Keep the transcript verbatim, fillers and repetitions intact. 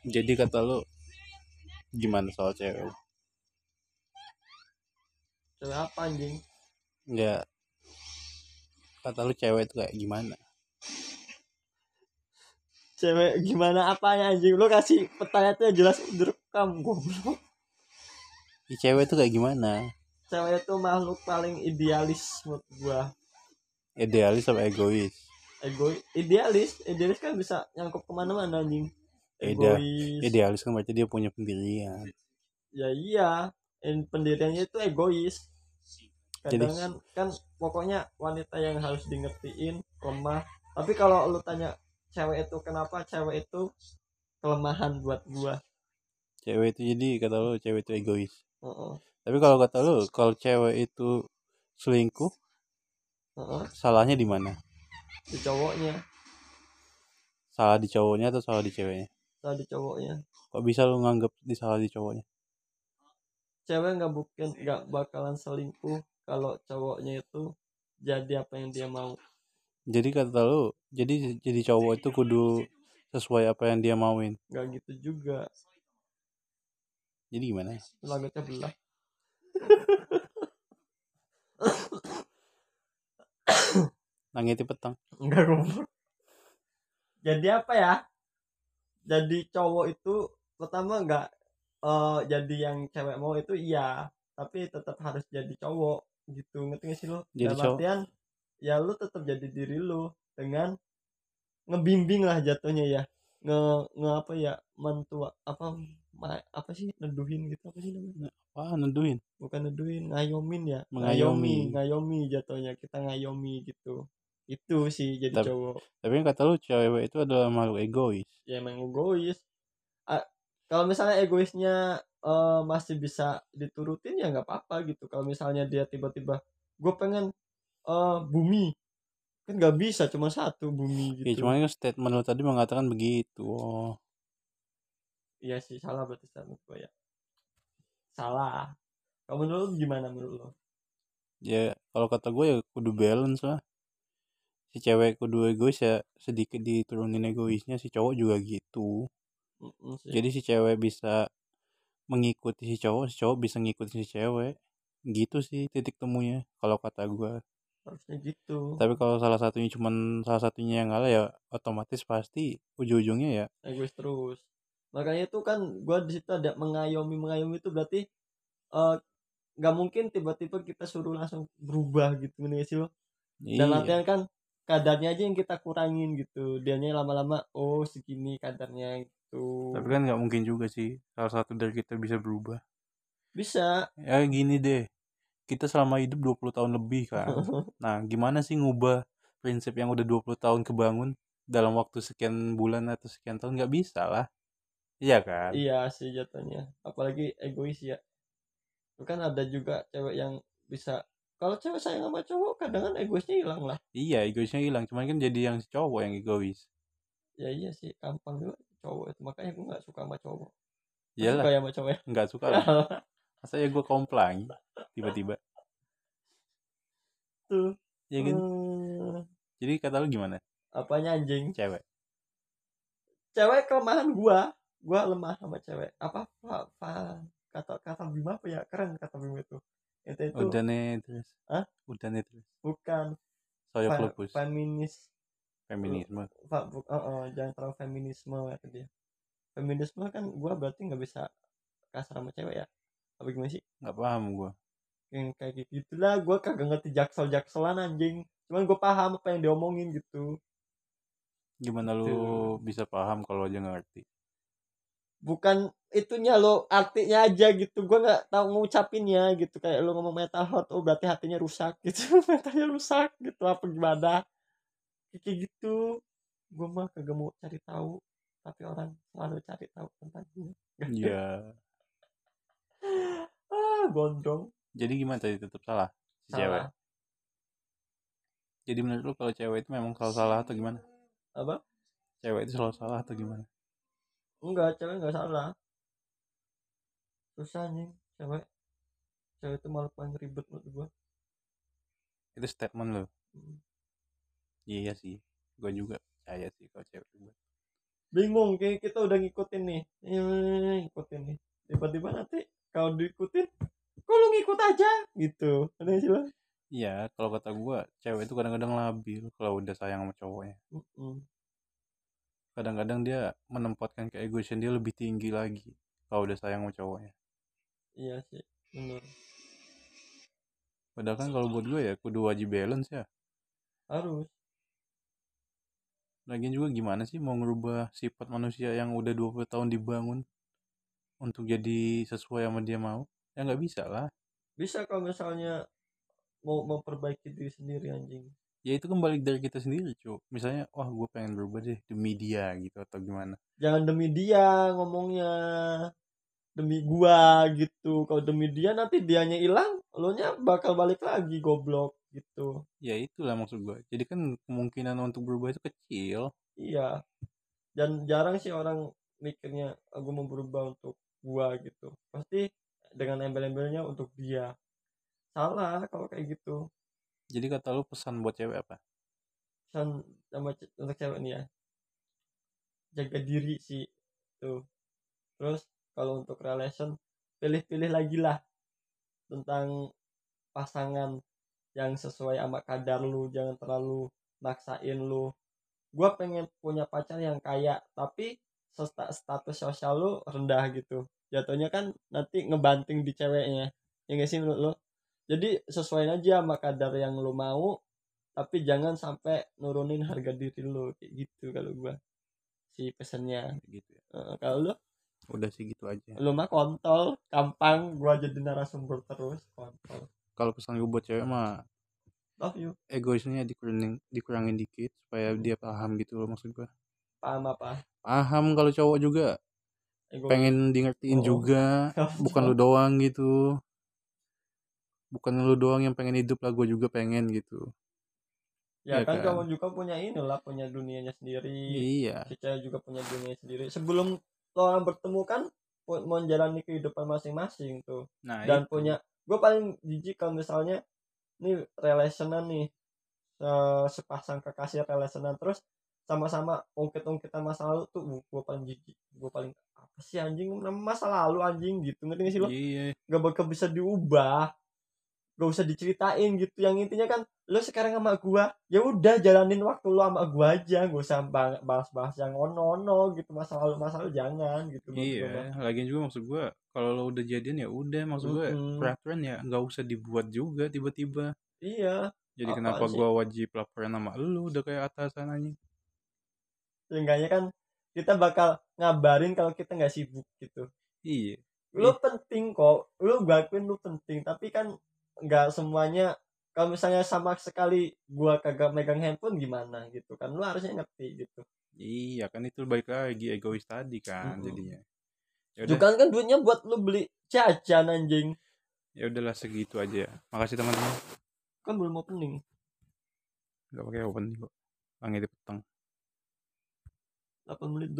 Jadi kata lu gimana soal cewek? Cewek apa anjing? Ya kata lu cewek itu kayak gimana? Cewek gimana apanya anjing? Lu kasih pertanyaannya jelas direkam goblok. Ya, cewek itu kayak gimana? Cewek itu makhluk paling idealis menurut gua. Idealis apa egois? Egois, idealis, idealis kan bisa nyangkut kemana-mana anjing. Ida Egois, idealis kan berarti dia punya pendirian. ya iya. En- pendiriannya itu egois. Jadi Kadang kan kan pokoknya wanita yang harus di ngertiin lemah. Tapi kalau lu tanya cewek itu kenapa cewek itu kelemahan buat gua. cewek itu jadi kata lu cewek itu egois. Heeh. Tapi kalau kata lu kalau cewek itu selingkuh, Heeh. salahnya di mana? Di cowoknya, Salah di cowoknya atau salah di ceweknya? salah di cowoknya. Kok bisa lu nganggap di salah di cowoknya? Cewek nggak mungkin nggak bakalan selingkuh kalau cowoknya itu jadi apa yang dia mau. Jadi kata lu, jadi jadi cowok itu kudu sesuai apa yang dia mauin. Nggak gitu juga. Jadi gimana? Langitnya belah. Langitnya petang. Enggak goblok. Jadi apa ya? Jadi cowok itu pertama nggak eh, jadi yang cewek mau itu iya, tapi tetap harus jadi cowok gitu. Ngerti gak sih lo? Jadi Dalam cowok. artian ya lu tetap jadi diri lu dengan ngebimbing lah jatuhnya ya. Nge, nge apa ya? Mentua apa ma- apa sih neduhin gitu apa sih namanya? Apa nentuin? Bukan neduhin, ngayomin ya. Ngayomi, Mengayomi. ngayomi jatuhnya kita ngayomi gitu. Itu sih jadi Tapi, cowok. tapi kan kata lu cewek itu adalah makhluk egois. Ya emang egois. Ah, kalau misalnya egoisnya eh, masih bisa diturutin ya nggak apa-apa gitu. Kalau misalnya dia tiba-tiba gue pengen eh, bumi, kan nggak bisa cuma satu bumi Ya gitu. cuman kan statement lu tadi mengatakan begitu. Oh. Iya sih salah berarti sama gue ya. Salah. Kalau menurut lu gimana menurut lo? Ya kalau kata gue ya kudu balance lah. Si cewek kudu egois ya sedikit diturunin egoisnya, si cowok juga gitu. Mm-mm sih. Jadi si cewek bisa mengikuti si cowok, si cowok bisa ngikutin si cewek. Gitu sih titik temunya kalau kata gue. Harusnya gitu. Tapi kalau salah satunya cuman salah satunya yang ngalah ya otomatis pasti ujung-ujungnya ya Egois terus. Makanya itu kan gue di situ ada mengayomi mengayomi itu berarti eh, nggak mungkin tiba-tiba kita suruh langsung berubah gitu nih sih lo. Dan iya. latihan kan kadarnya aja yang kita kurangin gitu, dianya lama-lama oh segini kadarnya gitu. Tapi kan nggak mungkin juga sih salah satu dari kita bisa berubah. Bisa. Ya gini deh, kita selama hidup dua puluh tahun lebih kan. Nah, gimana sih ngubah prinsip yang udah dua puluh tahun kebangun dalam waktu sekian bulan atau sekian tahun? Nggak bisa lah. Iya kan? Iya sih jatuhnya, apalagi egois ya. Itu kan ada juga cewek yang bisa, kalau cewek sayang sama cowok kadang kan egoisnya hilang lah. Iya, egoisnya hilang. Cuman kan jadi yang si cowok yang egois. Ya iya sih gampang juga cowok itu, makanya gue nggak suka sama cowok. Nggak suka Iyalah, ya sama cowok ya. nggak suka lah. Masa ya gue komplang tiba-tiba. Tuh. Ya kan? Hmm, Jadi kata lu gimana? apanya anjing? Cewek. Cewek kelemahan gua. Gua lemah sama cewek. Apa apa, apa kata kata Bima apa ya? Keren kata Bima itu. Itu itu Udah nih terus. ah Udah nih terus. bukan Soyo fe- Klepus. feminis. Feminisme. Pak, bu, oh, oh, jangan terlalu feminisme kata dia. Feminisme kan gua berarti nggak bisa kasar sama cewek ya. Apa gimana sih? Nggak paham gue. Yang kayak gitu gitulah. Gua kagak ngerti jaksel jakselan anjing. Cuman gua paham apa yang diomongin gitu. Gimana lu Tuh. bisa paham kalau aja nggak ngerti? Bukan itunya lo artinya aja gitu, gue nggak tahu ngucapinnya gitu, kayak lo ngomong mental health oh berarti hatinya rusak gitu. Mentalnya rusak gitu apa gimana kayak gitu. Gue mah kagak mau cari tahu, tapi orang selalu cari tahu tentang gue. Ya. Ah gondrong. Jadi gimana tadi tetap salah si cewek? Salah. Jadi menurut lu kalau cewek itu memang selalu salah atau gimana? Apa? Cewek itu selalu salah atau gimana? Enggak, cewek nggak salah. Susah nih cewek. Cewek itu malah paling ribet menurut gue. Itu statement lu. Hmm. Iya sih. Gue juga percaya sih kalau cewek ribet. bingung kayak kita udah ngikutin nih, eh, ngikutin nih, tiba-tiba nanti kalau diikutin kok lu ngikut aja gitu, ada sih Bang. Iya, kalau kata gue cewek itu kadang-kadang labil kalau udah sayang sama cowoknya. Mm-mm. Kadang-kadang dia menempatkan keegoisan dia lebih tinggi lagi kalau udah sayang sama cowoknya. Iya sih, bener, Padahal kan kalau buat gue ya kudu wajib balance ya. harus. Lagian juga gimana sih mau ngerubah sifat manusia yang udah dua puluh tahun dibangun untuk jadi sesuai sama dia mau? Ya nggak bisa lah. Bisa kalau misalnya mau memperbaiki diri sendiri anjing. Ya itu kan balik dari kita sendiri cuy. Misalnya wah gue pengen berubah deh demi dia gitu atau gimana. Jangan demi dia ngomongnya, demi gua gitu. Kalau demi dia nanti dianya hilang, lo nya bakal balik lagi goblok gitu. Ya itulah maksud gue. Jadi kan kemungkinan untuk berubah itu kecil. Iya, dan jarang sih orang mikirnya aku mau berubah untuk gua gitu. Pasti dengan embel-embelnya untuk dia. Salah kalau kayak gitu. Jadi kata lu pesan buat cewek apa? Pesan sama ce- untuk cewek nih ya, jaga diri sih tuh. Terus kalau untuk relation, pilih-pilih lagi lah tentang pasangan yang sesuai sama kadar lu, jangan terlalu maksain lu. Gua pengen punya pacar yang kaya tapi sesta- status sosial lu rendah gitu, jatuhnya kan nanti ngebanting di ceweknya, ya nggak sih menurut lu? Jadi sesuaiin aja sama kadar yang lu mau, tapi jangan sampai nurunin harga diri lu kayak gitu kalau gua si pesennya. Gitu ya. Eh, kalau lu Udah sih gitu aja. lu mah kontol gampang, gua jadi narasumber terus kontol. Kalau pesan gue buat cewek mah Love you. egoisnya dikurangin dikurangin dikit supaya Mm-mm. dia paham gitu loh maksud gue. Paham apa? Paham kalau cowok juga Egois. pengen di ngertiin Oh, juga, bukan lu doang gitu. Bukan lu doang yang pengen hidup lah, gue juga pengen gitu. ya Ya kan kamu kan? juga punya inilah, punya dunianya sendiri, Iya. si cewek juga punya dunia sendiri. Sebelum lo orang bertemu kan pu- mau menjalani kehidupan masing-masing tuh, Nah dan itu. punya, gue paling jijik kalau misalnya nih relationan nih, se- sepasang kekasih relationan terus sama-sama ungkit-ungkitan masa lalu tuh, gue paling jijik, gue paling apa sih anjing, nama masa lalu anjing gitu, ngerti gak sih lo? Iya. Gak bakal bisa diubah, gak usah diceritain gitu, yang intinya kan lo sekarang sama gua, ya udah jalanin waktu lo sama gua aja, gak usah bahas-bahas yang ono-ono gitu, masa lalu masa lalu jangan gitu menurut Iya. gua mah. Lagian juga maksud gue kalau lo udah jadian ya udah, maksud gue Mm-mm. peraturan ya nggak usah dibuat juga tiba-tiba. Iya, Jadi kenapa apaan sih, gue wajib laporan sama lu udah kayak atasan aja. seenggaknya kan kita bakal ngabarin kalau kita nggak sibuk gitu. Iya. Lu Ih, penting kok, lu gakuin lu penting, tapi kan nggak semuanya. Kalau misalnya sama sekali gua kagak megang handphone gimana gitu kan, lu harusnya ngerti gitu. iya kan itu baik lagi egois tadi kan Mm-mm. jadinya. Ya udah, Juga kan duitnya buat lu beli jajan anjing, ya udahlah segitu aja ya. Makasih teman-teman. kan belum opening. Gak pakai open kok. Langit petang. delapan menit